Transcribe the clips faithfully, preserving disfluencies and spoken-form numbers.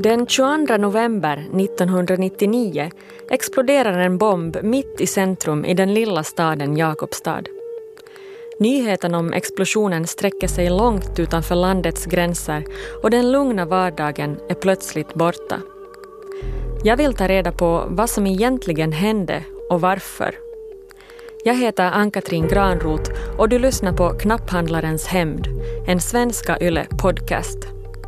Den tjugoandra november nittonhundranittionio exploderar en bomb mitt i centrum i den lilla staden Jakobstad. Nyheten om explosionen sträcker sig långt utanför landets gränser och den lugna vardagen är plötsligt borta. Jag vill ta reda på vad som egentligen hände och varför. Jag heter Ann-Katrin Granroth och du lyssnar på Knapphandlarens hämnd, en svenska Yle-podcast.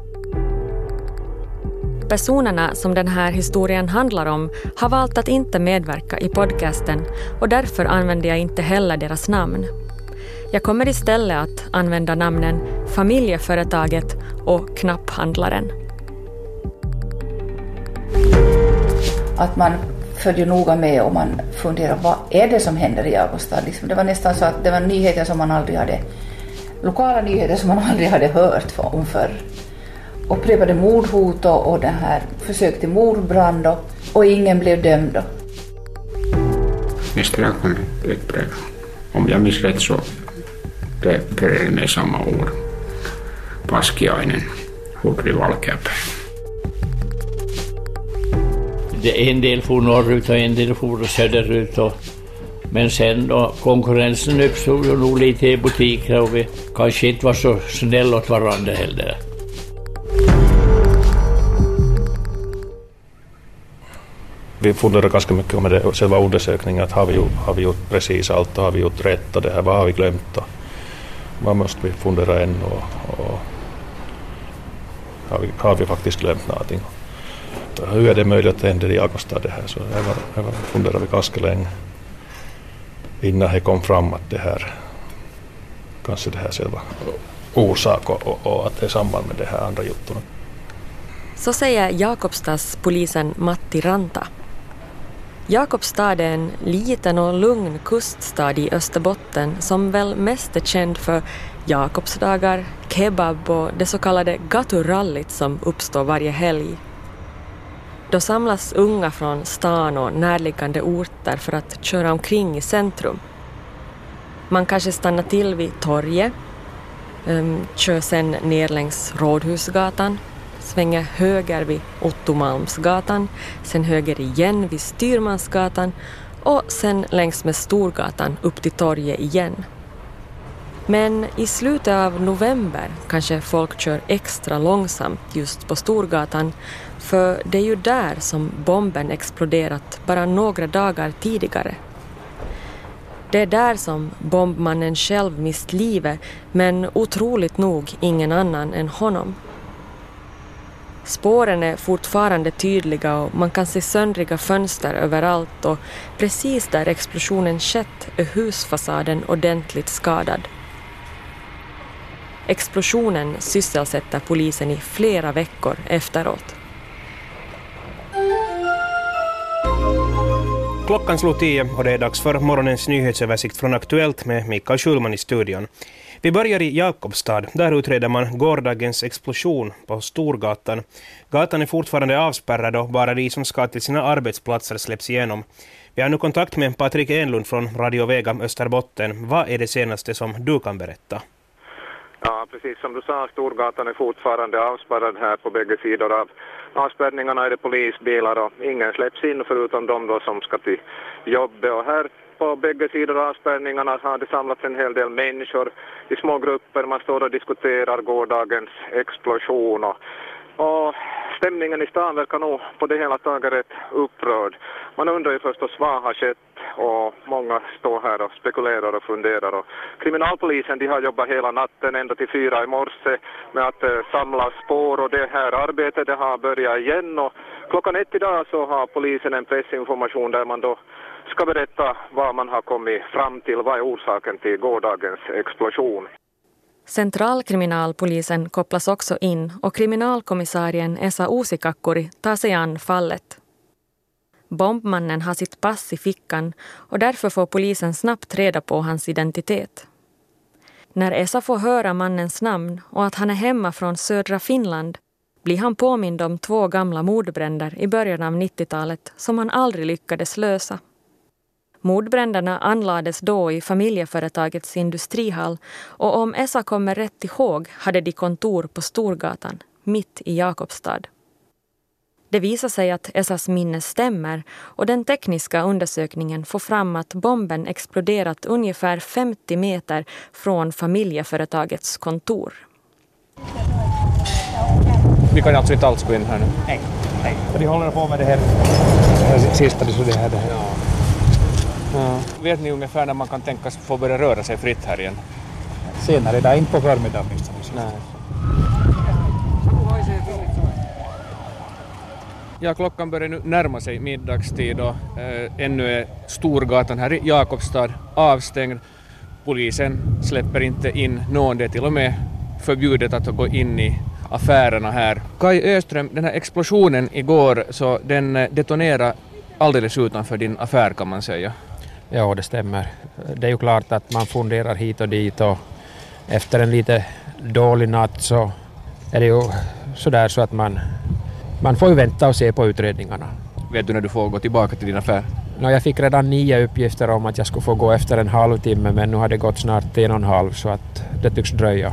Personerna som den här historien handlar om har valt att inte medverka i podcasten och därför använder jag inte heller deras namn. Jag kommer istället att använda namnen Familjeföretaget och Knapphandlaren. Att man följer noga med och man funderar, vad är det som händer i Jakobstad? Liksom, det var nästan så att det var nyheter som man aldrig hade, lokala nyheter som man aldrig hade hört om förr. Upprepade mordhot och, och den här försök till mordbrand och, och ingen blev dömd. Då. Nästa kom ett brev. Om jag minns rätt så blev det samma år. Paskiainen, Hurri Valkeapää. En del for norrut och en del for söderut. Och, men sen då konkurrensen uppstod och nog lite i butiker och vi kanske inte var så snälla åt varandra heller. Vi funderar ganska mycket om det, själva undersökningen, att har vi, gjort, har vi gjort precis allt och har vi gjort rätt och det här, vad har vi glömt och vad måste vi fundera än och, och har, vi, har vi faktiskt glömt någonting. Hur är det möjligt att det händer i Jakobstad det här? Så jag var, jag var, funderar vi ganska länge innan det kom fram att det här, kanske det här själva orsak och, och, och att det är samband med det här andra juttorna. Så säger Jakobstads polisen Matti Ranta. Jakobstad är en liten och lugn kuststad i Österbotten som väl mest är känd för Jakobsdagar, kebab och det så kallade gaturallit som uppstår varje helg. Då samlas unga från stan och närliggande orter för att köra omkring i centrum. Man kanske stannar till vid torget, um, kör sen ner längs Rådhusgatan, svänger höger vid Ottomalmsgatan, sen höger igen vid Styrmansgatan och sen längs med Storgatan upp till torget igen. Men i slutet av november kanske folk kör extra långsamt just på Storgatan, för det är ju där som bomben exploderat bara några dagar tidigare. Det är där som bombmannen själv mist livet, men otroligt nog ingen annan än honom. Spåren är fortfarande tydliga och man kan se söndriga fönster överallt och precis där explosionen skett är husfasaden ordentligt skadad. Explosionen sysselsätter polisen i flera veckor efteråt. Klockan slog tio och det är dags för morgonens nyhetsöversikt från Aktuellt med Mikael Schulman i studion. Vi börjar i Jakobstad. Där utreder man gårdagens explosion på Storgatan. Gatan är fortfarande avspärrad och bara de som ska till sina arbetsplatser släpps igenom. Vi har nu kontakt med Patrik Enlund från Radio Vega Österbotten. Vad är det senaste som du kan berätta? Ja, precis som du sa, Storgatan är fortfarande avspärrad här på bägge sidor av avspärrningarna. Är det polisbilar och ingen släpps in förutom de då som ska till jobbet. Och här på bägge sidor av avspärrningarna har det samlats en hel del människor i små grupper. Man står och diskuterar gårdagens explosion och, och stämningen i stan verkar nog på det hela taget rätt upprörd. Man undrar ju förstås vad har skett och många står här och spekulerar och funderar. Och kriminalpolisen de har jobbat hela natten ända till fyra i morse med att eh, samla spår och det här arbetet det har börjat igen. Och klockan ett idag så har polisen en pressinformation där man då ska berätta vad man har kommit fram till, vad är orsaken till gårdagens explosion. Centralkriminalpolisen kopplas också in och kriminalkommissarien Esa Uusikakkuri tar sig an fallet. Bombmannen har sitt pass i fickan och därför får polisen snabbt reda på hans identitet. När Esa får höra mannens namn och att han är hemma från södra Finland blir han påmind om två gamla mordbränder i början av nittiotalet som han aldrig lyckades lösa. Mordbränderna anlades då i familjeföretagets industrihall och om Esa kommer rätt ihåg hade de kontor på Storgatan, mitt i Jakobstad. Det visar sig att Esas minne stämmer och den tekniska undersökningen får fram att bomben exploderat ungefär femtio meter från familjeföretagets kontor. Vi kan alltså inte alls gå in här nu. Nej, nej. För de håller på med det här, det här sista, så det här. Det här. Ja. Ja. Vet ni ungefär när man kan tänkas få börja röra sig fritt här igen? Senare idag, inte på förmiddagen. Nej. Ja, klockan börjar nu närma sig middagstid och äh, ännu är Storgatan här i Jakobstad avstängd. Polisen släpper inte in någon, det är till och med förbjudet att gå in i affärerna här. Kai Öström, den här explosionen igår, så den detonerade alldeles utanför din affär kan man säga. Ja, det stämmer. Det är ju klart att man funderar hit och dit och efter en lite dålig natt så är det ju sådär så att man, man får ju vänta och se på utredningarna. Vet du när du får gå tillbaka till din affär? No, jag fick redan nio uppgifter om att jag skulle få gå efter en halvtimme, men nu har det gått snart en och en halv så att det tycks dröja.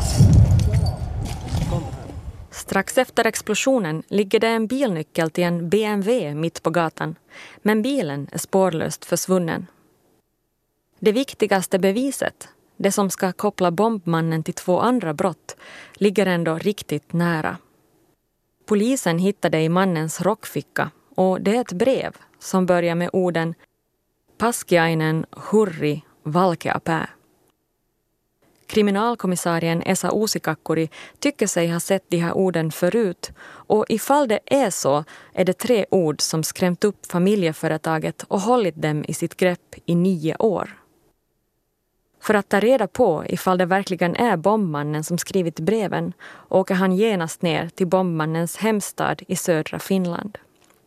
Strax efter explosionen ligger det en bilnyckel till en B M W mitt på gatan, men bilen är spårlöst försvunnen. Det viktigaste beviset, det som ska koppla bombmannen till två andra brott, ligger ändå riktigt nära. Polisen hittade i mannens rockficka och det är ett brev som börjar med orden Paskiainen hurri valkeapää. Kriminalkommissarien Esa Uusikakkuri tycker sig ha sett de här orden förut och ifall det är så är det tre ord som skrämt upp familjeföretaget och hållit dem i sitt grepp i nio år. För att ta reda på ifall det verkligen är bombmannen som skrivit breven åker han genast ner till bombmannens hemstad i södra Finland.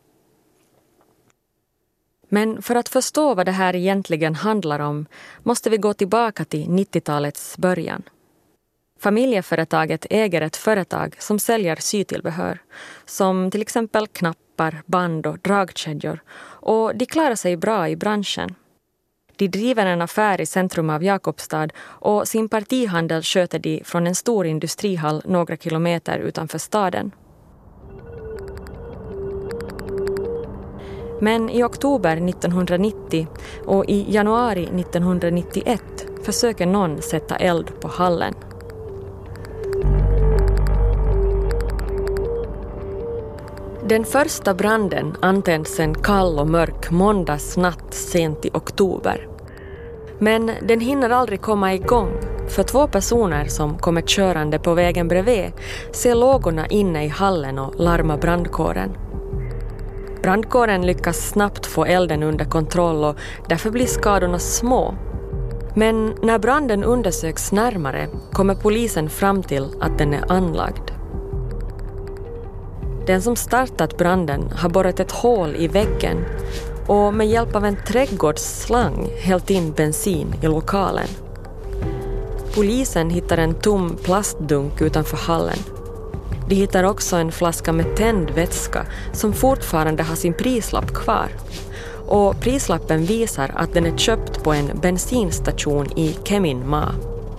Men för att förstå vad det här egentligen handlar om måste vi gå tillbaka till nittiotalets början. Familjeföretaget äger ett företag som säljer sytillbehör, som till exempel knappar, band och dragkedjor, och de klarar sig bra i branschen. De driver en affär i centrum av Jakobstad och sin partihandel sköter de från en stor industrihall några kilometer utanför staden. Men i oktober nittonhundranittio och i januari nittonhundranittioett försöker någon sätta eld på hallen. Den första branden antänds en kall och mörk måndagsnatt sent i oktober. Men den hinner aldrig komma igång för två personer som kommer körande på vägen bredvid ser lågorna inne i hallen och larmar brandkåren. Brandkåren lyckas snabbt få elden under kontroll och därför blir skadorna små. Men när branden undersöks närmare kommer polisen fram till att den är anlagd. Den som startat branden har borrat ett hål i väggen och med hjälp av en trädgårdsslang hällt in bensin i lokalen. Polisen hittar en tom plastdunk utanför hallen. De hittar också en flaska med tänd vätska som fortfarande har sin prislapp kvar. Och prislappen visar att den är köpt på en bensinstation i Keminmaa.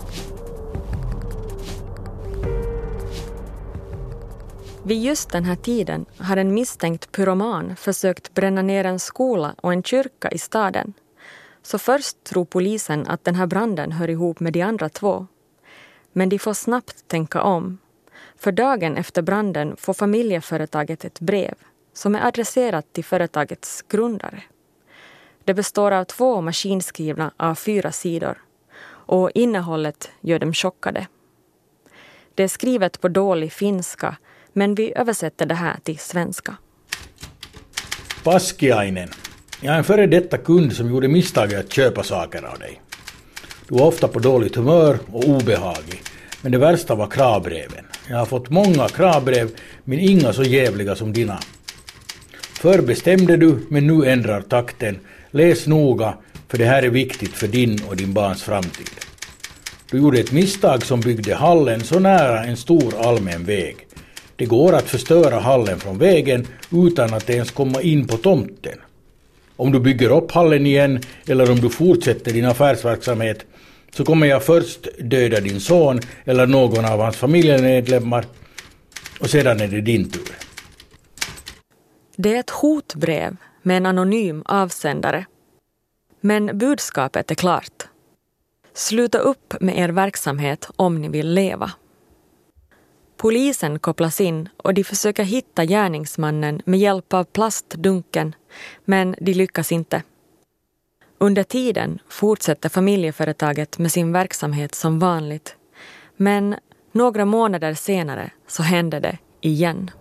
Vid just den här tiden har en misstänkt pyroman försökt bränna ner en skola och en kyrka i staden. Så först tror polisen att den här branden hör ihop med de andra två. Men de får snabbt tänka om. För dagen efter branden får familjeföretaget ett brev som är adresserat till företagets grundare. Det består av två maskinskrivna A fyra sidor och innehållet gör dem chockade. Det är skrivet på dålig finska, men vi översätter det här till svenska. Paskiainen. Jag är en före detta kund som gjorde misstaget att köpa saker av dig. Du var ofta på dåligt humör och obehaglig, men det värsta var kravbreven. Jag har fått många kravbrev, men inga så jävliga som dina. Förr bestämde du, men nu ändrar takten. Läs noga, för det här är viktigt för din och din barns framtid. Du gjorde ett misstag som byggde hallen så nära en stor allmän väg. Det går att förstöra hallen från vägen utan att ens komma in på tomten. Om du bygger upp hallen igen eller om du fortsätter din affärsverksamhet så kommer jag först döda din son eller någon av hans familjemedlemmar och sedan är det din tur. Det är ett hotbrev med en anonym avsändare. Men budskapet är klart. Sluta upp med er verksamhet om ni vill leva. Polisen kopplas in och de försöker hitta gärningsmannen med hjälp av plastdunken, men de lyckas inte. Under tiden fortsätter familjeföretaget med sin verksamhet som vanligt. Men några månader senare så hände det igen.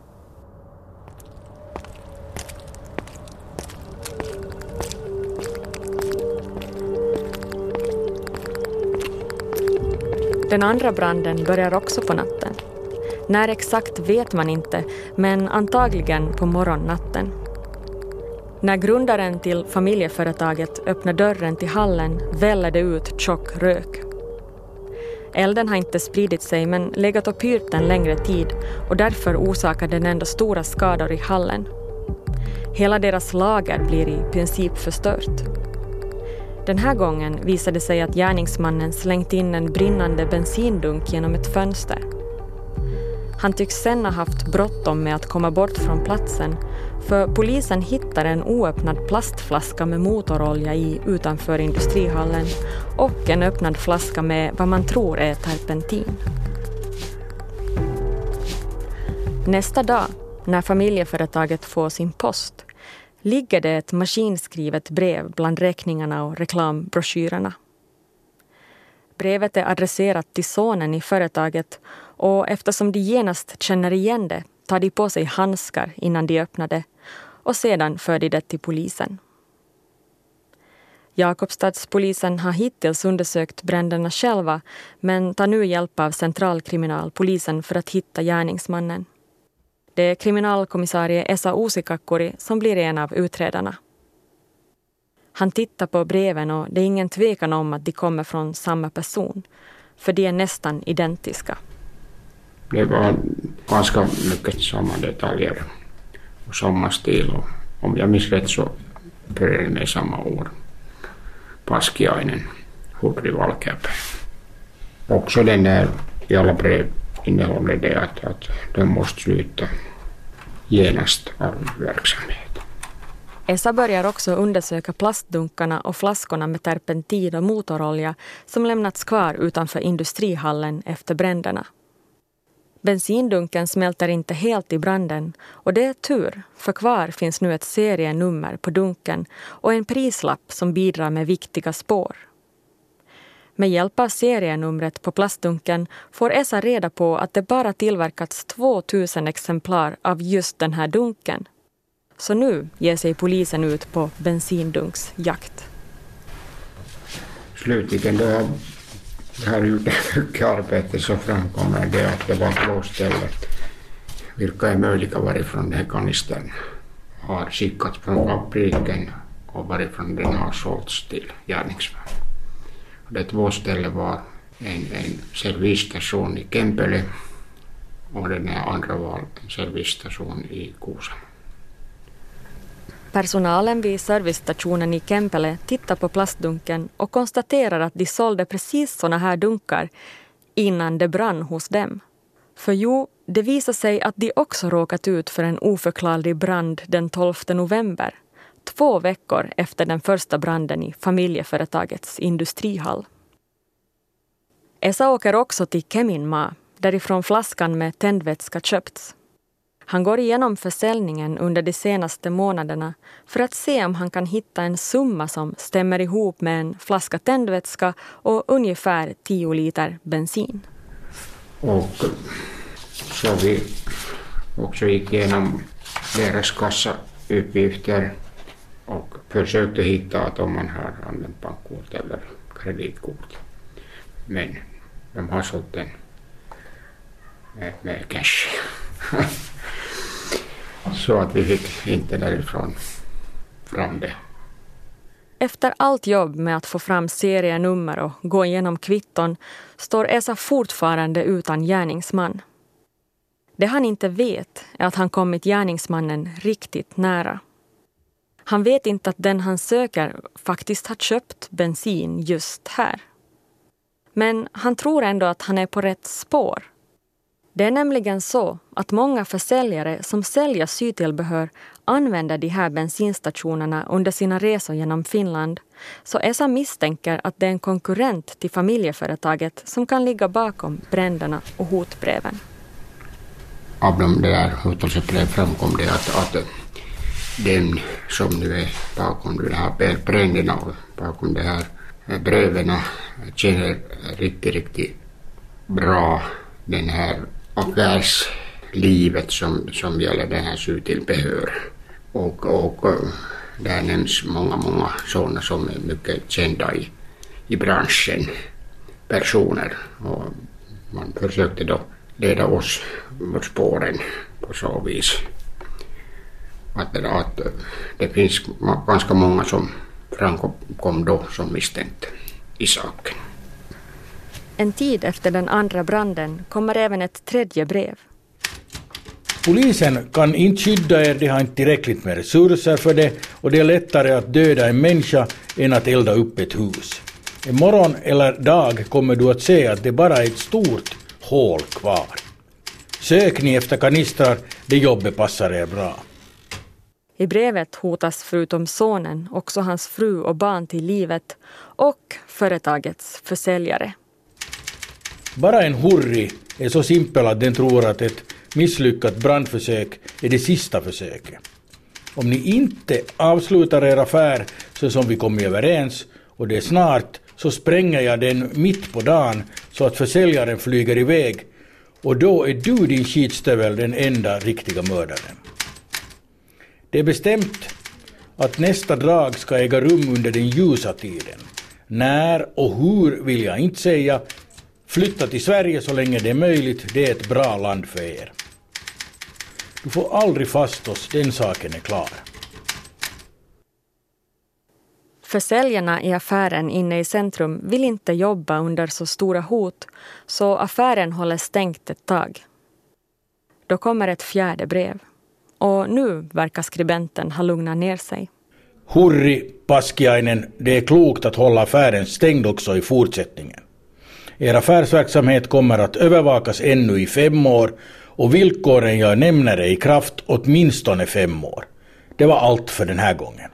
Den andra branden börjar också på natten. När exakt vet man inte, men antagligen på morgonnatten. När grundaren till familjeföretaget öppnar dörren till hallen väller det ut tjock rök. Elden har inte spridit sig men legat och pyrt en längre tid och därför orsakar den ändå stora skador i hallen. Hela deras lager blir i princip förstört. Den här gången visade sig att gärningsmannen slängt in en brinnande bensindunk genom ett fönster. Han tycks sen ha haft bråttom med att komma bort från platsen, för polisen hittar en oöppnad plastflaska med motorolja i utanför industrihallen och en öppnad flaska med vad man tror är terpentin. Nästa dag, när familjeföretaget får sin post, ligger det ett maskinskrivet brev bland räkningarna och reklambroschyrerna. Brevet är adresserat till sonen i företaget och eftersom de genast känner igen det tar de på sig handskar innan de öppnar det och sedan för de det till polisen. Jakobstadspolisen har hittills undersökt bränderna själva men tar nu hjälp av centralkriminalpolisen för att hitta gärningsmannen. Det är kriminalkommissarie Esa Uusikakkuri som blir en av utredarna. Han tittar på breven och det är ingen tvekan om att de kommer från samma person, för de är nästan identiska. Det var ganska mycket samma detaljer och samma stil. Och om jag minns rätt så började med samma ord. Paskiainen, Hurri Valkeapää. Också den där i alla brev innehåller det att, att de måste sluta genast all verksamhet. Esa börjar också undersöka plastdunkarna och flaskorna med terpentin och motorolja som lämnats kvar utanför industrihallen efter bränderna. Bensindunken smälter inte helt i branden och det är tur, för kvar finns nu ett serienummer på dunken och en prislapp som bidrar med viktiga spår. Med hjälp av serienumret på plastdunken får Esa reda på att det bara tillverkats tvåtusen exemplar av just den här dunken. Så nu ger sig polisen ut på bensindunksjakt. Slutligen då jag har gjort mycket arbete så framkommer det att det var klostället. Vilka är möjliga varifrån den här kanistern har skickats från fabriken och varifrån den har sålts till gärningsman. Det två ställen var en, en servisstation i Kempele och den andra var en servisstation i Kuusamo. Personalen vid servicestationen i Kempele tittar på plastdunken och konstaterar att de sålde precis såna här dunkar innan det brann hos dem. För jo, det visar sig att de också råkat ut för en oförklarlig brand den tolfte november, två veckor efter den första branden i familjeföretagets industrihall. Esa åker också till Keminmaa, därifrån flaskan med tändvätska köpts. Han går igenom försäljningen under de senaste månaderna för att se om han kan hitta en summa som stämmer ihop med en flaska tändvätska och ungefär tio liter bensin. Och så vi också gick igenom deras kassauppgifter och försökte hitta att om man har använt bankkort eller kreditkort. Men de har sålt den med, med cash. Så att vi fick inte därifrån fram det. Efter allt jobb med att få fram serienummer och gå igenom kvitton står Esa fortfarande utan gärningsman. Det han inte vet är att han kommit gärningsmannen riktigt nära. Han vet inte att den han söker faktiskt har köpt bensin just här. Men han tror ändå att han är på rätt spår. Det är nämligen så att många försäljare som säljer sytillbehör använder de här bensinstationerna under sina resor genom Finland, så Esa misstänker att det är en konkurrent till familjeföretaget som kan ligga bakom bränderna och hotbreven. Av de där hotelsebrev framkom det att, att den som nu är bakom det här bränderna och bakom det här breven känner riktigt, riktigt bra den här affärslivet som, som gäller den här sytillbehör. Och, och där nämns många, många sådana som är mycket kända i, i branschen, personer. Och man försökte då leda oss mot spåren på så vis. Att, att det finns ganska många som framkom då som misstänkt i saken. En tid efter den andra branden kommer även ett tredje brev. Polisen kan inte skydda er, de har inte tillräckligt med resurser för det och det är lättare att döda en människa än att elda upp ett hus. Imorgon eller dag kommer du att se att det bara är ett stort hål kvar. Sök ni efter kanistrar, det jobbet passar er bra. I brevet hotas förutom sonen också hans fru och barn till livet och företagets försäljare. Bara en hurri är så simpel att den tror att ett misslyckat brandförsök är det sista försöket. Om ni inte avslutar er affär så som vi kom överens och det är snart, så spränger jag den mitt på dagen så att försäljaren flyger iväg och då är du din skitstövel den enda riktiga mördaren. Det är bestämt att nästa drag ska äga rum under den ljusa tiden. När och hur vill jag inte säga. Flytta till Sverige så länge det är möjligt, det är ett bra land för er. Du får aldrig fast oss, den saken är klar. Försäljarna i affären inne i centrum vill inte jobba under så stora hot, så affären håller stängt ett tag. Då kommer ett fjärde brev. Och nu verkar skribenten ha lugnat ner sig. Hurri Paskiainen, det är klokt att hålla affären stängd också i fortsättningen. Er affärsverksamhet kommer att övervakas ännu i fem år och villkoren jag nämner är i kraft åtminstone fem år. Det var allt för den här gången.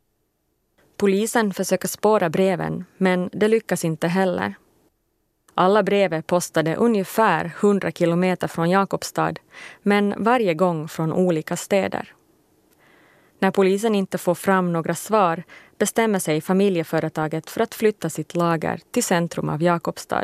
Polisen försöker spåra breven, men det lyckas inte heller. Alla brev är postade ungefär hundra kilometer från Jakobstad, men varje gång från olika städer. När polisen inte får fram några svar bestämmer sig familjeföretaget för att flytta sitt lager till centrum av Jakobstad.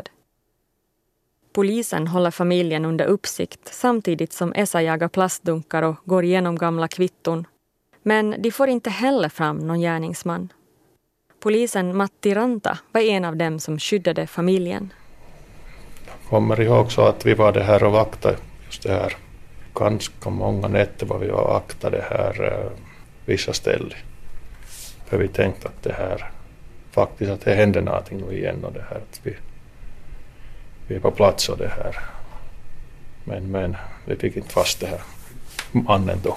Polisen håller familjen under uppsikt samtidigt som Esa jagar plastdunkar och går igenom gamla kvitton. Men de får inte heller fram någon gärningsman. Polisen Matti Ranta var en av dem som skyddade familjen. Jag kommer ihåg så att vi var det här och vaktade just det här. Ganska många nätter var vi och vaktade det här eh, vissa ställen. För vi tänkte att det här faktiskt att det hände någonting nu igen och det här att vi, vi är på plats och det här. Men, men vi fick inte fast det här mannen då.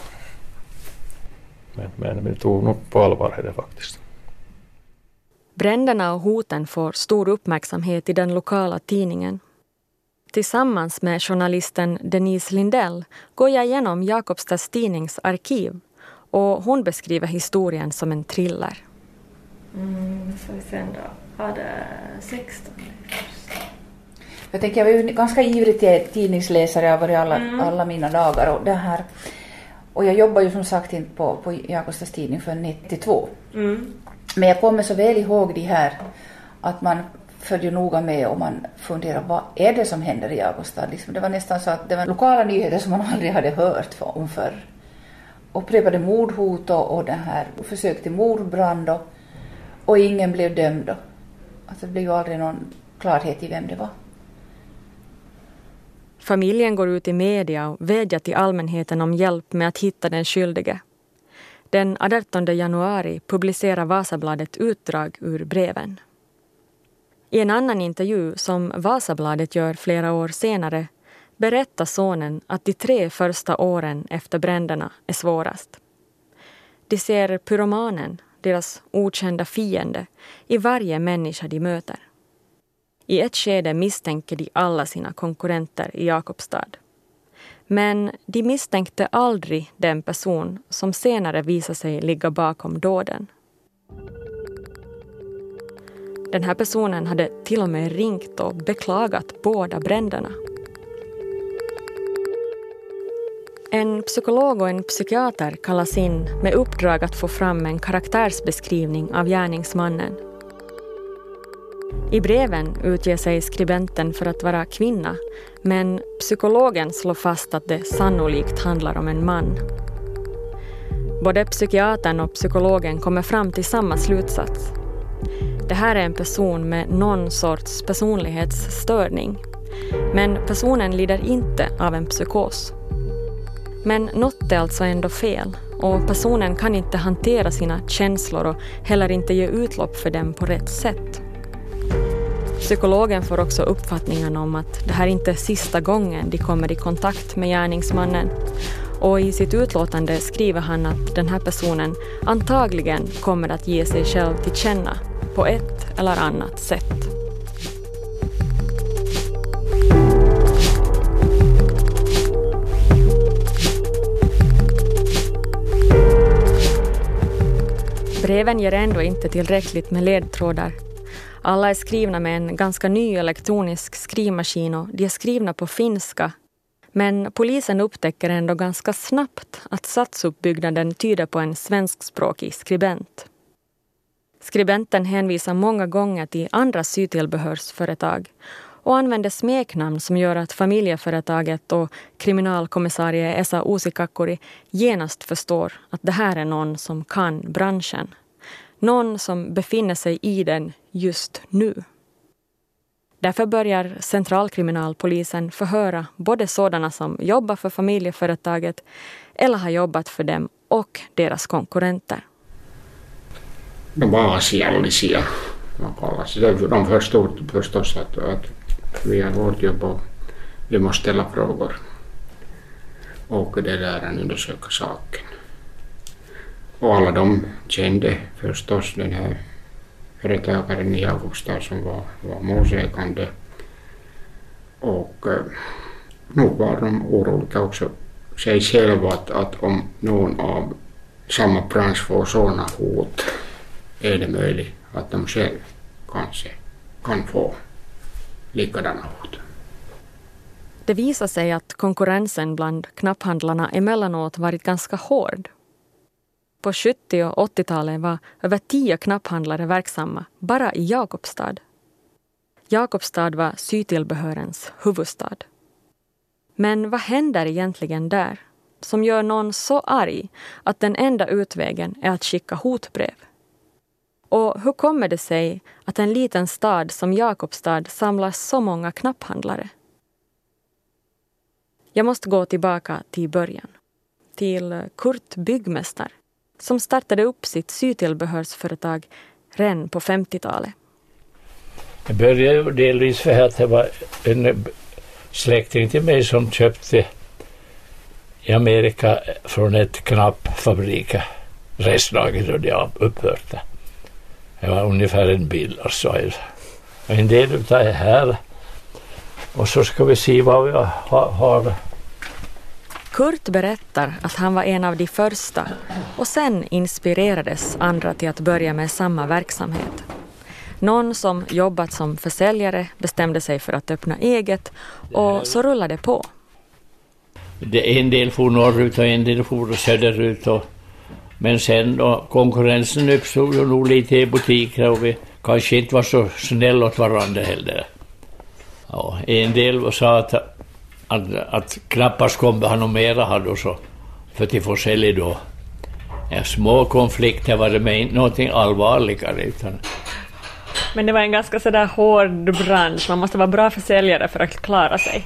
Men, men vi tog nog på allvar det faktiskt. Bränderna och hoten får stor uppmärksamhet i den lokala tidningen. Tillsammans med journalisten Denise Lindell går jag igenom Jakobstads tidnings arkiv och hon beskriver historien som en thriller. Mm, får vi sen då. Ja, det är sexton. Jag tänker, jag var ju ganska ivrig tidningsläsare, jag har varit alla, mm. alla mina dagar och det här. Och jag jobbar ju som sagt inte på, på Jakobstads tidning för nittiotvå. Mm. Men jag kommer så väl ihåg det här att man följer noga med och man funderar vad är det som händer i Jakobstad. Liksom, det var nästan så att det var lokala nyheter som man aldrig hade hört för, om förr. Upprepade mordhot och, och det här och försök till mordbrand och, och ingen blev dömd. Alltså det blev ju aldrig någon klarhet i vem det var. Familjen går ut i media och vädjar till allmänheten om hjälp med att hitta den skyldige. Den artonde januari publicerar Vasabladet utdrag ur breven. I en annan intervju som Vasabladet gör flera år senare berättar sonen att de tre första åren efter bränderna är svårast. De ser pyromanen, deras okända fiende, i varje människa de möter. I ett skede misstänker de alla sina konkurrenter i Jakobstad. Men de misstänkte aldrig den person som senare visade sig ligga bakom dåden. Den här personen hade till och med ringt och beklagat båda bränderna. En psykolog och en psykiater kallas in med uppdrag att få fram en karaktärsbeskrivning av gärningsmannen. I breven utger sig skribenten för att vara kvinna, men psykologen slår fast att det sannolikt handlar om en man. Både psykiatern och psykologen kommer fram till samma slutsats. Det här är en person med någon sorts personlighetsstörning, men personen lider inte av en psykos. Men något är alltså ändå fel, och personen kan inte hantera sina känslor och heller inte ge utlopp för dem på rätt sätt. Psykologen får också uppfattningen om att det här inte är sista gången de kommer i kontakt med gärningsmannen. Och i sitt utlåtande skriver han att den här personen antagligen kommer att ge sig själv till känna på ett eller annat sätt. Breven ger ändå inte tillräckligt med ledtrådar. Alla är skrivna med en ganska ny elektronisk skrivmaskin och de är skrivna på finska. Men polisen upptäcker ändå ganska snabbt att satsuppbyggnaden tyder på en svenskspråkig skribent. Skribenten hänvisar många gånger till andra sytillbehörsföretag och använder smeknamn som gör att familjeföretaget och kriminalkommissarie Esa Uusikakkuri genast förstår att det här är någon som kan branschen. Någon som befinner sig i den just nu. Därför börjar centralkriminalpolisen förhöra både sådana som jobbar för familjeföretaget eller har jobbat för dem och deras konkurrenter. De var asiallisia, man kallas det. De förstod förstås att, att vi har vårt jobb och vi måste ställa frågor och det där att undersöka saken. Och alla de kände förstås den här företagaren i Jakobstad som var, var målsägande. Och eh, nog var de oroliga också sig själva att, att om någon av samma bransch får sådana hot är det möjligt att de själv kanske kan få likadana hot. Det visar sig att konkurrensen bland knapphandlarna emellanåt varit ganska hård. På sjuttio- och åttiotalet var över tio knapphandlare verksamma bara i Jakobstad. Jakobstad var sytillbehörens huvudstad. Men vad händer egentligen där som gör någon så arg att den enda utvägen är att skicka hotbrev? Och hur kommer det sig att en liten stad som Jakobstad samlar så många knapphandlare? Jag måste gå tillbaka till början. Till Kurt Byggmästar som startade upp sitt sytillbehörsföretag redan på femtiotalet. Det började delvis för att det var en släkting till mig som köpte i Amerika från ett knappfabrik restlaget och det upphörde. Det var ungefär en bil alltså. En del av det här. Och så ska vi se vad vi har. har. Kurt berättar att han var en av de första och sen inspirerades andra till att börja med samma verksamhet. Någon som jobbat som försäljare bestämde sig för att öppna eget och så rullade det på. Det en del for norrut och en del for söderut. Och, men sen då konkurrensen uppstod ju nog lite i butiker och vi kanske inte var så snälla åt varandra heller. Ja, en del sa att, att, att knappast kommer han och mera hade och så för att de får sälja då. Ja, små konflikter var det med inte någonting allvarligare utan. Men det var en ganska sådär hård bransch. Man måste vara bra försäljare för att klara sig.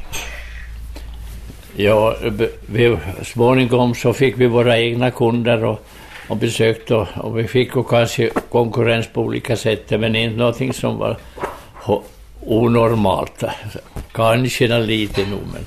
Ja, vi, småningom så fick vi våra egna kunder och, och besökte och, och vi fick ju kanske konkurrens på olika sätt men inte någonting som var ho, onormalt. Kanske lite nog men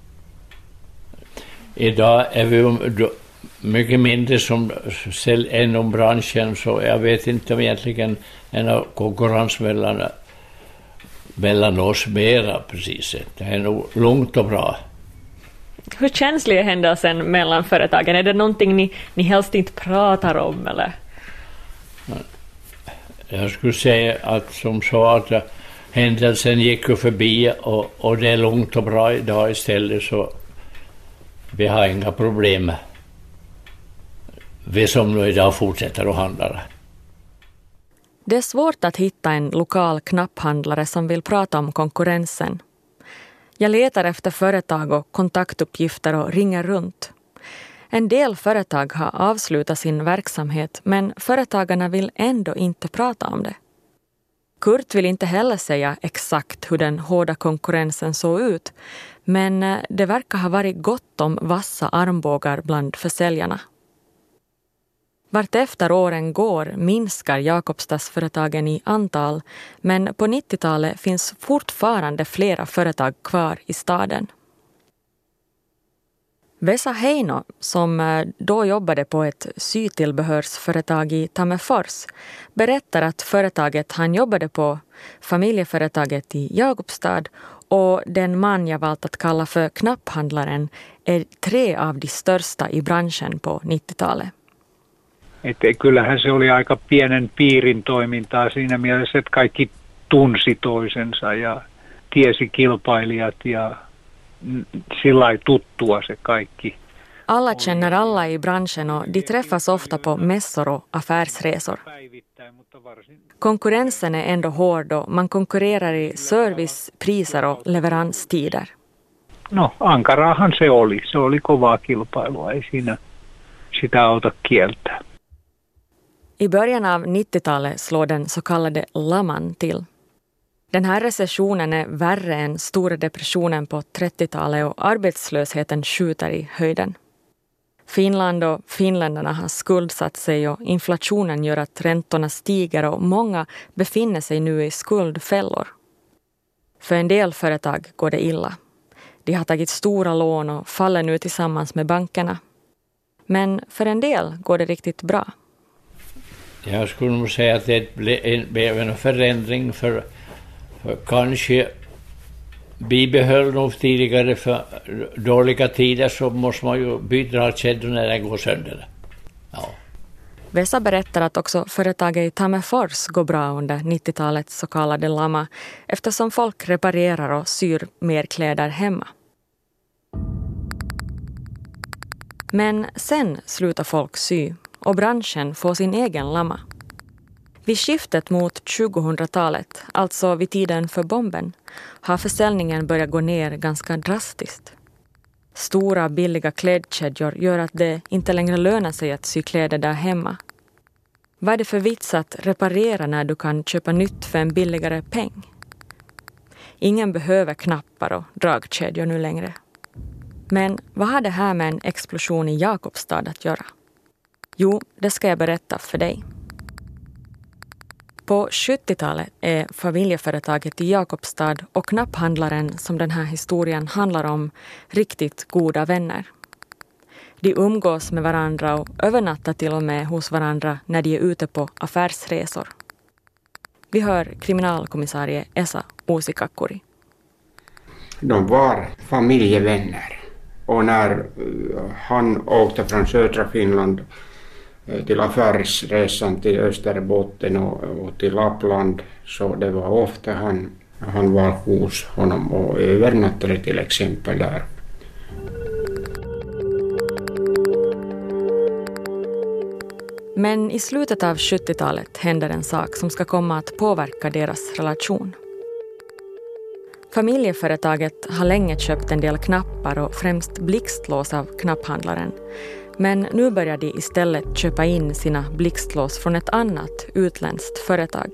idag är vi mycket mindre som sälj inom branschen så jag vet inte om egentligen en konkurrens mellan, mellan oss mera precis. Det är nog lugnt och bra. hur känslig är händelsen mellan företagen? Är det någonting ni, ni helst inte pratar om? Eller? Jag skulle säga att som så att händelsen gick ju förbi och, och det är lugnt och bra idag istället, så vi har inga problem. Vi som nu idag fortsätter att handla. Det är svårt att hitta en lokal knapphandlare som vill prata om konkurrensen. Jag letar efter företag och kontaktuppgifter och ringer runt. En del företag har avslutat sin verksamhet, men företagarna vill ändå inte prata om det. Kurt vill inte heller säga exakt hur den hårda konkurrensen såg ut, men det verkar ha varit gott om vassa armbågar bland försäljarna. Vart efter åren går minskar Jakobstadsföretagen i antal, men på nittiotalet finns fortfarande flera företag kvar i staden. Vesa Heino, som då jobbade på ett sytillbehörsföretag i Tammerfors, berättar att företaget han jobbade på, familjeföretaget i Jakobstad och den man jag valt att kalla för knapphandlaren, är tre av de största i branschen på nittiotalet. Että kyllähän se oli aika pienen piirin toimintaa siinä mielessä, että kaikki tunsi toisensa ja tiesi kilpailijat ja sillä lailla tuttua se kaikki. Alla känner alla i branschen och de träffas ofta på mässor och affärsresor. Konkurrensen är ändå hård och man konkurrerar i service, priser och leveranstider. No, ankaraahan se oli. Se oli kovaa kilpailua, ei siinä sitä auta kieltää. I början av nittiotalet slår den så kallade laman till. Den här recessionen är värre än stora depressionen på trettiotalet och arbetslösheten skjuter i höjden. Finland och finländarna har skuldsatt sig och inflationen gör att räntorna stiger och många befinner sig nu i skuldfällor. För en del företag går det illa. De har tagit stora lån och faller nu tillsammans med bankerna. Men för en del går det riktigt bra. Jag skulle nog säga att det blev en förändring för, för kanske bibehöll nog tidigare för dåliga tider, så måste man ju byta kedjor när den går sönder. Ja. Vesa berättar att också företaget i Tammerfors går bra under nittiotalets så kallade lama, eftersom folk reparerar och syr mer kläder hemma. Men sen slutar folk sy och branschen får sin egen lama. Vid skiftet mot tjugohundratalet, alltså vid tiden för bomben, har försäljningen börjat gå ner ganska drastiskt. Stora billiga klädkedjor gör att det inte längre lönar sig att sy kläder där hemma. Vad är det för vits att reparera när du kan köpa nytt för en billigare peng? Ingen behöver knappar och dragkedjor nu längre. Men vad har det här med en explosion i Jakobstad att göra? Jo, det ska jag berätta för dig. På sjuttiotalet är familjeföretaget i Jakobstad och knapphandlaren som den här historien handlar om riktigt goda vänner. De umgås med varandra och övernattar till och med hos varandra när de är ute på affärsresor. Vi hör kriminalkommissarie Esa Uusikakkuri. De var familjevänner. Och när han åkte från södra Finland till affärsresan till Österbotten och, och till Lappland, så det var ofta han, han var hos honom och övernattade till exempel där. Men i slutet av sjuttiotalet händer en sak som ska komma att påverka deras relation. Familjeföretaget har länge köpt en del knappar och främst blixtlås av knapphandlaren. Men nu börjar de istället köpa in sina blixtlås från ett annat utländskt företag.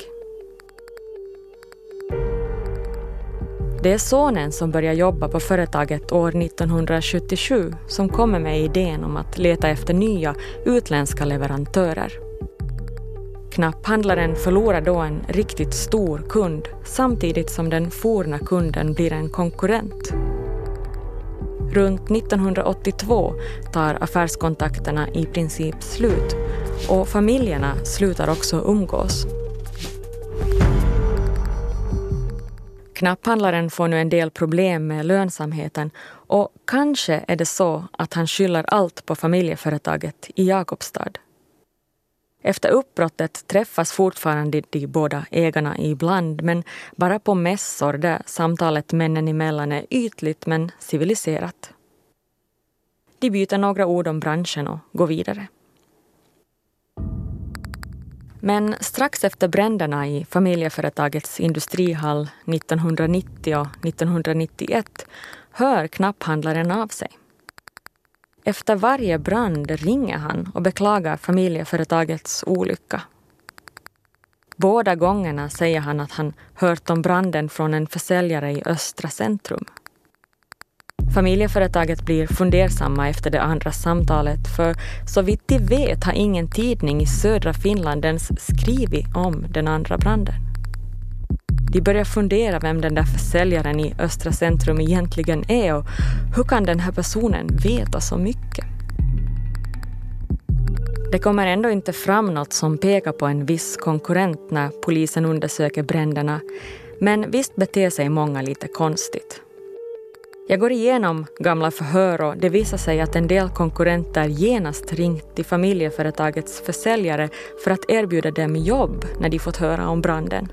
Det är sonen som börjar jobba på företaget år nittonhundrasjuttiosju som kommer med idén om att leta efter nya utländska leverantörer. Knapphandlaren förlorar då en riktigt stor kund samtidigt som den forna kunden blir en konkurrent. Runt nittonhundraåttiotvå tar affärskontakterna i princip slut och familjerna slutar också umgås. Knapphandlaren får nu en del problem med lönsamheten och kanske är det så att han skyller allt på familjeföretaget i Jakobstad. Efter uppbrottet träffas fortfarande de båda ägarna ibland, men bara på mässor där samtalet männen emellan är ytligt men civiliserat. De byter några ord om branschen och går vidare. Men strax efter bränderna i familjeföretagets industrihall nittonhundranittio och nittonhundranittioett hör knapphandlaren av sig. Efter varje brand ringer han och beklagar familjeföretagets olycka. Båda gångerna säger han att han hört om branden från en försäljare i Östra centrum. Familjeföretaget blir fundersamma efter det andra samtalet, för så vitt de vet har ingen tidning i södra Finland ens skrivit om den andra branden. De börjar fundera vem den där försäljaren i Östra centrum egentligen är och hur kan den här personen veta så mycket? Det kommer ändå inte fram något som pekar på en viss konkurrent när polisen undersöker bränderna, men visst beter sig många lite konstigt. Jag går igenom gamla förhör och det visar sig att en del konkurrenter genast ringt till familjeföretagets försäljare för att erbjuda dem jobb när de fått höra om branden.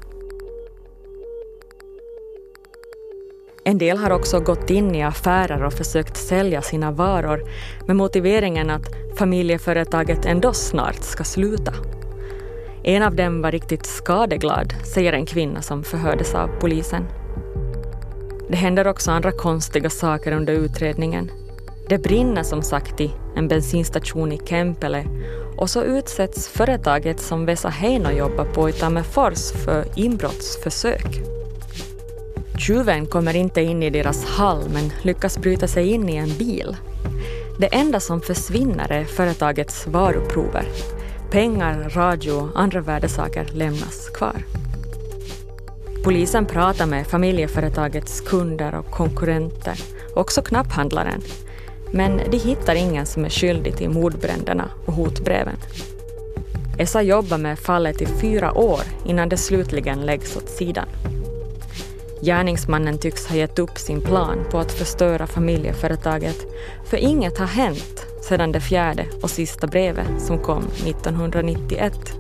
En del har också gått in i affärer och försökt sälja sina varor med motiveringen att familjeföretaget ändå snart ska sluta. En av dem var riktigt skadeglad, säger en kvinna som förhördes av polisen. Det händer också andra konstiga saker under utredningen. Det brinner som sagt i en bensinstation i Kempele och så utsätts företaget som Vesa Heino jobbar på i Tammerfors för inbrottsförsök. Tjuven kommer inte in i deras hall men lyckas bryta sig in i en bil. Det enda som försvinner är företagets varuprover. Pengar, radio och andra värdesaker lämnas kvar. Polisen pratar med familjeföretagets kunder och konkurrenter, också knapphandlaren. Men de hittar ingen som är skyldig till mordbränderna och hotbreven. Esa jobbar med fallet i fyra år innan det slutligen läggs åt sidan. Gärningsmannen tycks ha gett upp sin plan på att förstöra familjeföretaget, för inget har hänt sedan det fjärde och sista brevet som kom nittonhundranittioett.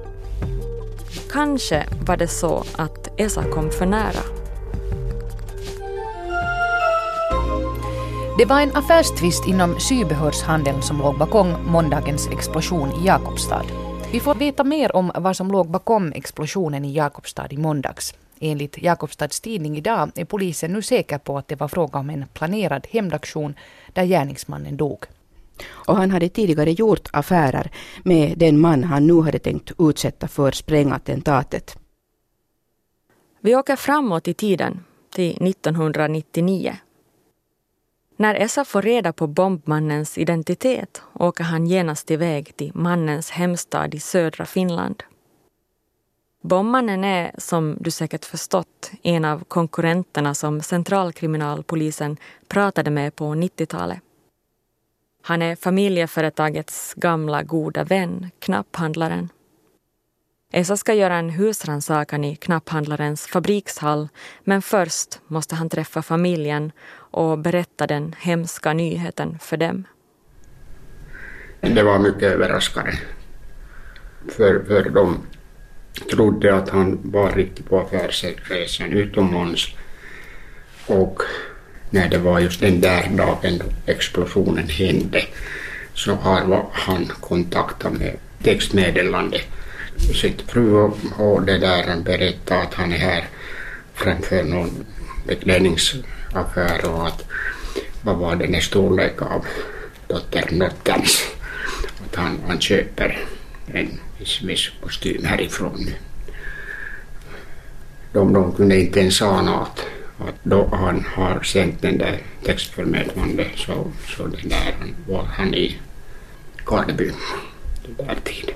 Kanske var det så att Esa kom för nära. Det var en affärstvist inom sybehörshandeln som låg bakom måndagens explosion i Jakobstad. Vi får veta mer om vad som låg bakom explosionen i Jakobstad i måndags. Enligt Jakobstads tidning idag är polisen nu säker på att det var fråga om en planerad hämndaktion där gärningsmannen dog. Och han hade tidigare gjort affärer med den man han nu hade tänkt utsätta för sprängattentatet. Vi åker framåt i tiden till nittonhundranittionio. När Esa får reda på bombmannens identitet åker han genast iväg till mannens hemstad i södra Finland. Bombmannen är, som du säkert förstått, en av konkurrenterna som centralkriminalpolisen pratade med på nittiotalet. Han är familjeföretagets gamla goda vän, knapphandlaren. Esa ska göra en husrannsakan i knapphandlarens fabrikshall, men först måste han träffa familjen och berätta den hemska nyheten för dem. Det var mycket överraskande. För, för de trodde att han var riktigt på affärsresan utomlands, och när det var just den där dagen explosionen hände så har han kontaktat med textmeddelande sitt fru och det där han berättade att han är här framför någon beklädningsaffär och att vad var det en storlek av dotternöttens, att han, han köper en viss, viss kostym härifrån nu. De, de kunde inte ens ana att, att då han har sänt den där textförmedlande så, så den där var han i Karleby den där tiden.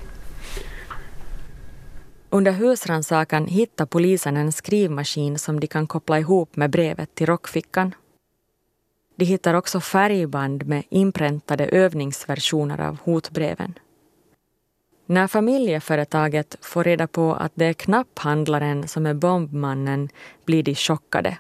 Under husrannsakan hittar polisen en skrivmaskin som de kan koppla ihop med brevet till rockfickan. De hittar också färgband med inpräntade övningsversioner av hotbreven. När familjeföretaget får reda på att det är knapphandlaren som är bombmannen blir de chockade.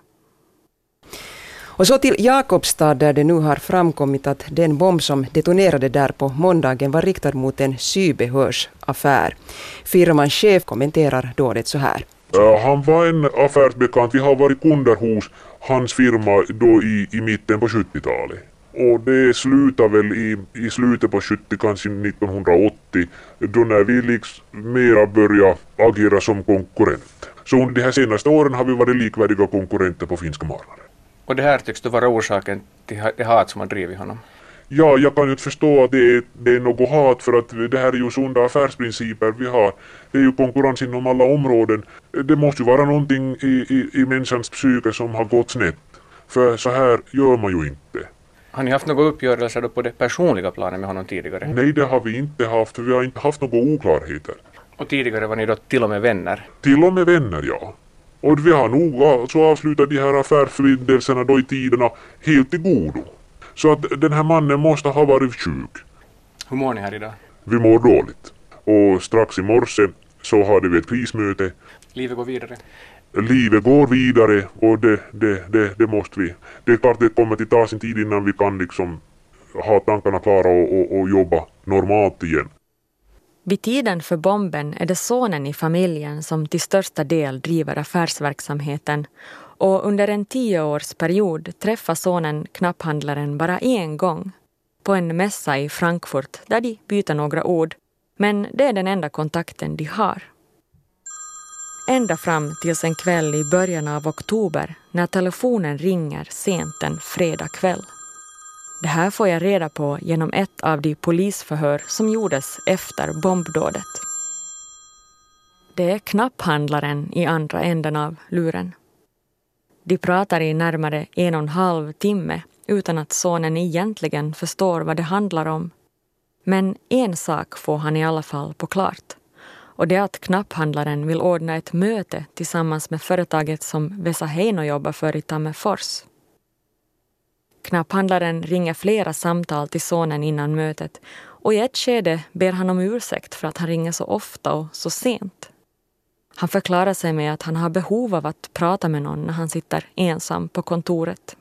Och så till Jakobstad där det nu har framkommit att den bomb som detonerade där på måndagen var riktad mot en sybehörsaffär. Firmans chef kommenterar dådet så här. Uh, han var en affärsbekant. Vi har varit kunder hos hans firma då i, i mitten på sjuttiotalet. Och det slutade väl i, i slutet på sjuttio, kanske nittonhundraåttio, då när vi liksom mera började agera som konkurrent. Så under de här senaste åren har vi varit likvärdiga konkurrenter på finska marknaden. Och det här tycks då vara orsaken till det hat som har drivit honom? Ja, jag kan ju inte förstå att det är, det är något hat, för att det här är ju sunda affärsprinciper vi har. Det är ju konkurrens inom alla områden. Det måste ju vara någonting i, i, i människans psyke som har gått snett. För så här gör man ju inte. Har ni haft några uppgörelser då på det personliga planet med honom tidigare? Nej, det har vi inte haft. Vi har inte haft några oklarheter. Och tidigare var ni då till och med vänner? Till och med vänner, ja. Och vi har nog alltså avslutat de här affärsförbindelserna då i tiderna helt i godo. Så att den här mannen måste ha varit sjuk. Hur mår ni här idag? Vi mår dåligt. Och strax i morse så hade vi ett krismöte. Livet går vidare? Livet går vidare och det, det, det, det måste vi. Det är klart det kommer att ta sin tid innan vi kan liksom ha tankarna klara och, och, och jobba normalt igen. Vid tiden för bomben är det sonen i familjen som till största del driver affärsverksamheten, och under en tioårsperiod träffar sonen knapphandlaren bara en gång på en mässa i Frankfurt där de byter några ord, men det är den enda kontakten de har. Ända fram tills en kväll i början av oktober när telefonen ringer sent en fredag kväll. Det här får jag reda på genom ett av de polisförhör som gjordes efter bombdådet. Det är knapphandlaren i andra änden av luren. De pratar i närmare en och en halv timme utan att sonen egentligen förstår vad det handlar om. Men en sak får han i alla fall på klart. Och det är att knapphandlaren vill ordna ett möte tillsammans med företaget som Vesa Heino jobbar för i Tammerfors. Knapphandlaren ringer flera samtal till sonen innan mötet, och i ett skede ber han om ursäkt för att han ringer så ofta och så sent. Han förklarar sig med att han har behov av att prata med någon när han sitter ensam på kontoret.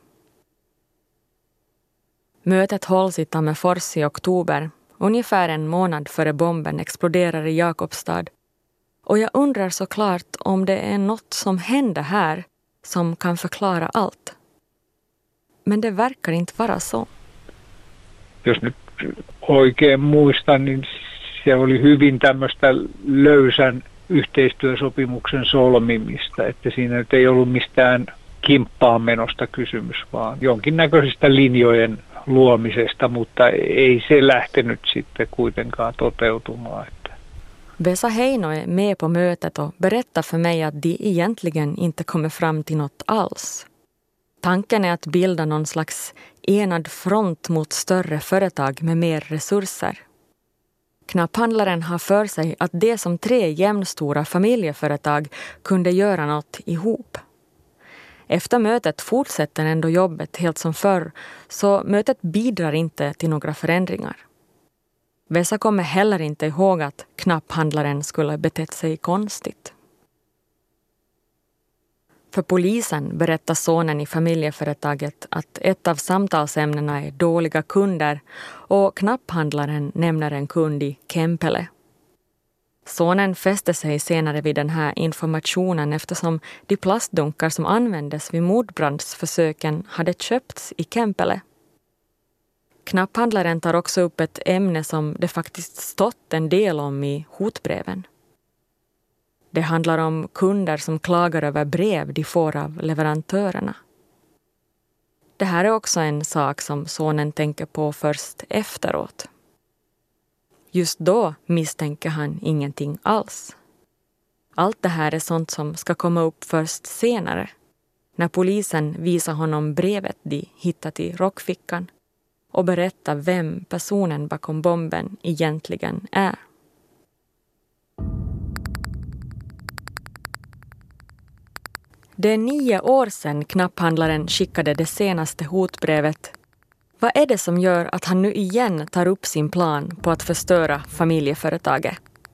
Mötet hålls i Tammerfors i oktober, ungefär en månad före bomben exploderar i Jakobstad. Och jag undrar såklart om det är något som händer här som kan förklara allt. Men det verkar inte vara så. Jos nyt oikein muistan, niin se oli hyvin tämmöistä löysän yhteistyösopimuksen solmimista, että siinä nyt ei ollut mistään kimppaan menosta kysymys, vaan jonkinnäköisistä linjojen luomisesta, mutta ei se lähtenyt sitten kuitenkaan toteutumaan. Vesa Heino är med på mötet och berättar för mig att de egentligen inte kommer fram till något alls. Tanken är att bilda någon slags enad front mot större företag med mer resurser. Knapphandlaren har för sig att det som tre jämnstora familjeföretag kunde göra något ihop. Efter mötet fortsätter ändå jobbet helt som förr, så mötet bidrar inte till några förändringar. Vesa kommer heller inte ihåg att knapphandlaren skulle betett sig konstigt. För polisen berättar sonen i familjeföretaget att ett av samtalsämnena är dåliga kunder, och knapphandlaren nämner en kund i Kempele. Sonen fäste sig senare vid den här informationen eftersom de plastdunkar som användes vid mordbrandsförsöken hade köpts i Kempele. Knapphandlaren tar också upp ett ämne som det faktiskt stått en del om i hotbreven. Det handlar om kunder som klagar över brev de får av leverantörerna. Det här är också en sak som sonen tänker på först efteråt. Just då misstänker han ingenting alls. Allt det här är sånt som ska komma upp först senare, när polisen visar honom brevet de hittat i rockfickan och berättar vem personen bakom bomben egentligen är. Det är nio år sedan knapphandlaren skickade det senaste hotbrevet. Vad är det som gör att han nu igen tar upp sin plan på att förstöra familjeföretaget?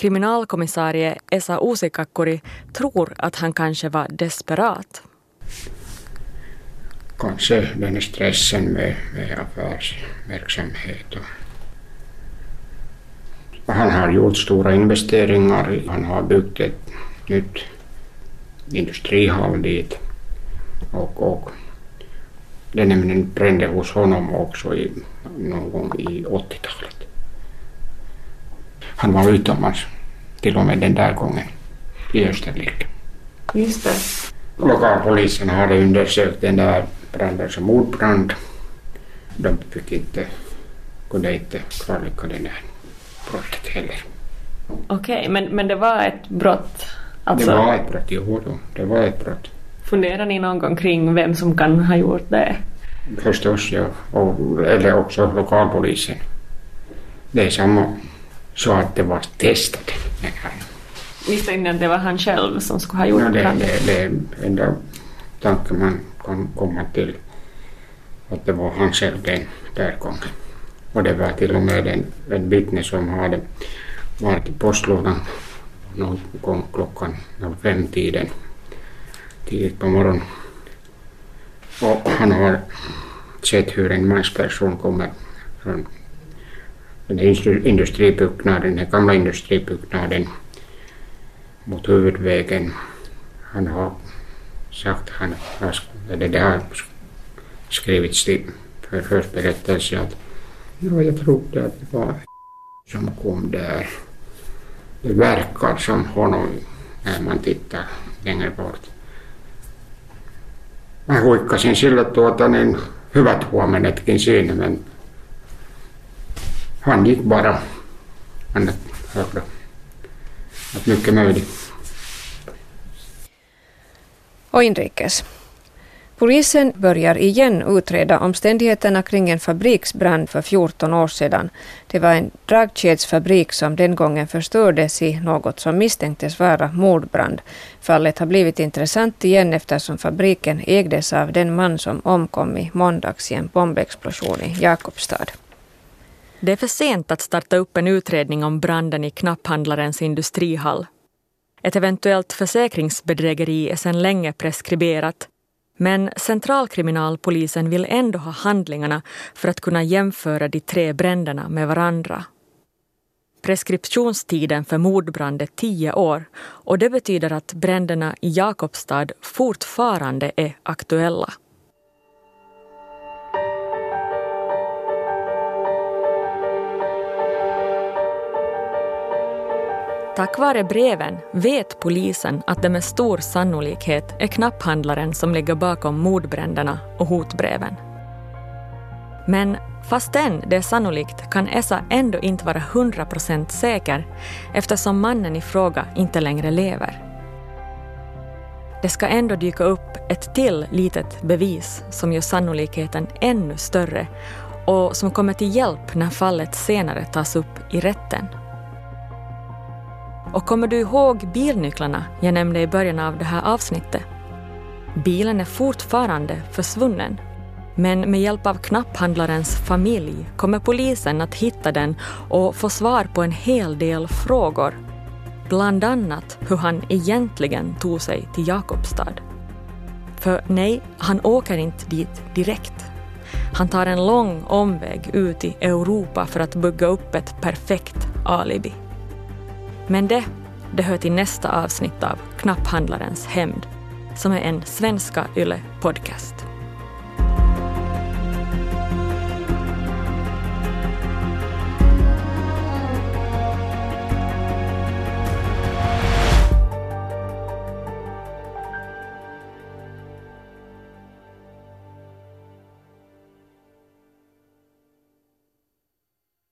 kriminalkommissarie Esa Uusikakkuri tror att han kanske var desperat. Kanske den stressen med, med affärsverksamhet. Och han har gjort stora investeringar. Han har byggt ett nytt industrihall dit. Och, och det nämligen brände hos honom också i, någon gång i åttiotalet. Han var utomlands till och med den där gången i Österrike. Just det. Lokalpolisen hade undersökt den där branden som mordbrand. De fick inte, kunde inte klarlägga den där brottet heller. Okej, okay, men, men det var ett brott? Alltså, det var ett brott, jo då. Det var ett brott. Funderar ni någon gång kring vem som kan ha gjort det? Förstås, ja. Och, eller också lokalpolisen. Det är samma så att det var testat. Visste ni att det var han själv som skulle ha gjort ja, det? Det, det, det är enda tanken man kan komma till. Att det var han själv den där gången. Och det var till och med en, en vittne som hade varit i postlådan någon gång klockan fem tiden. Tidigt på morgonen. Och han har sett hur en mansperson kommer från den industribyggnaden, den gamla industribyggnaden mot huvudvägen. Han har sagt, han har, eller det har skrivits till för förberättelse att ja, jag trodde att det var som kom där. Det verkar som honom när man tittar längre bort. Mä huikkasin sillä tuota niin hyvät huomenetkin siinä, men han gick bara. Han hörde att mycket möjligt. Och inrikes. Polisen börjar igen utreda omständigheterna kring en fabriksbrand för fjorton år sedan. Det var en dragkedsfabrik som den gången förstördes i något som misstänktes vara mordbrand. Fallet har blivit intressant igen eftersom fabriken ägdes av den man som omkom i måndags i en bombexplosion i Jakobstad. Det är för sent att starta upp en utredning om branden i knapphandlarens industrihall. Ett eventuellt försäkringsbedrägeri är sedan länge preskriberat. Men centralkriminalpolisen vill ändå ha handlingarna för att kunna jämföra de tre bränderna med varandra. Preskriptionstiden för mordbrand är tio år och det betyder att bränderna i Jakobstad fortfarande är aktuella. Tack vare breven vet polisen att det med stor sannolikhet är knapphandlaren som ligger bakom mordbränderna och hotbreven. Men fastän det är sannolikt kan Esa ändå inte vara hundra procent säker eftersom mannen i fråga inte längre lever. Det ska ändå dyka upp ett till litet bevis som gör sannolikheten ännu större och som kommer till hjälp när fallet senare tas upp i rätten. Och kommer du ihåg bilnycklarna jag nämnde i början av det här avsnittet? Bilen är fortfarande försvunnen. Men med hjälp av knapphandlarens familj kommer polisen att hitta den och få svar på en hel del frågor. Bland annat hur han egentligen tog sig till Jakobstad. För nej, han åker inte dit direkt. Han tar en lång omväg ut i Europa för att bygga upp ett perfekt alibi. Men det, det hör till nästa avsnitt av Knapphandlarens hämnd, som är en Svenska Yle podcast.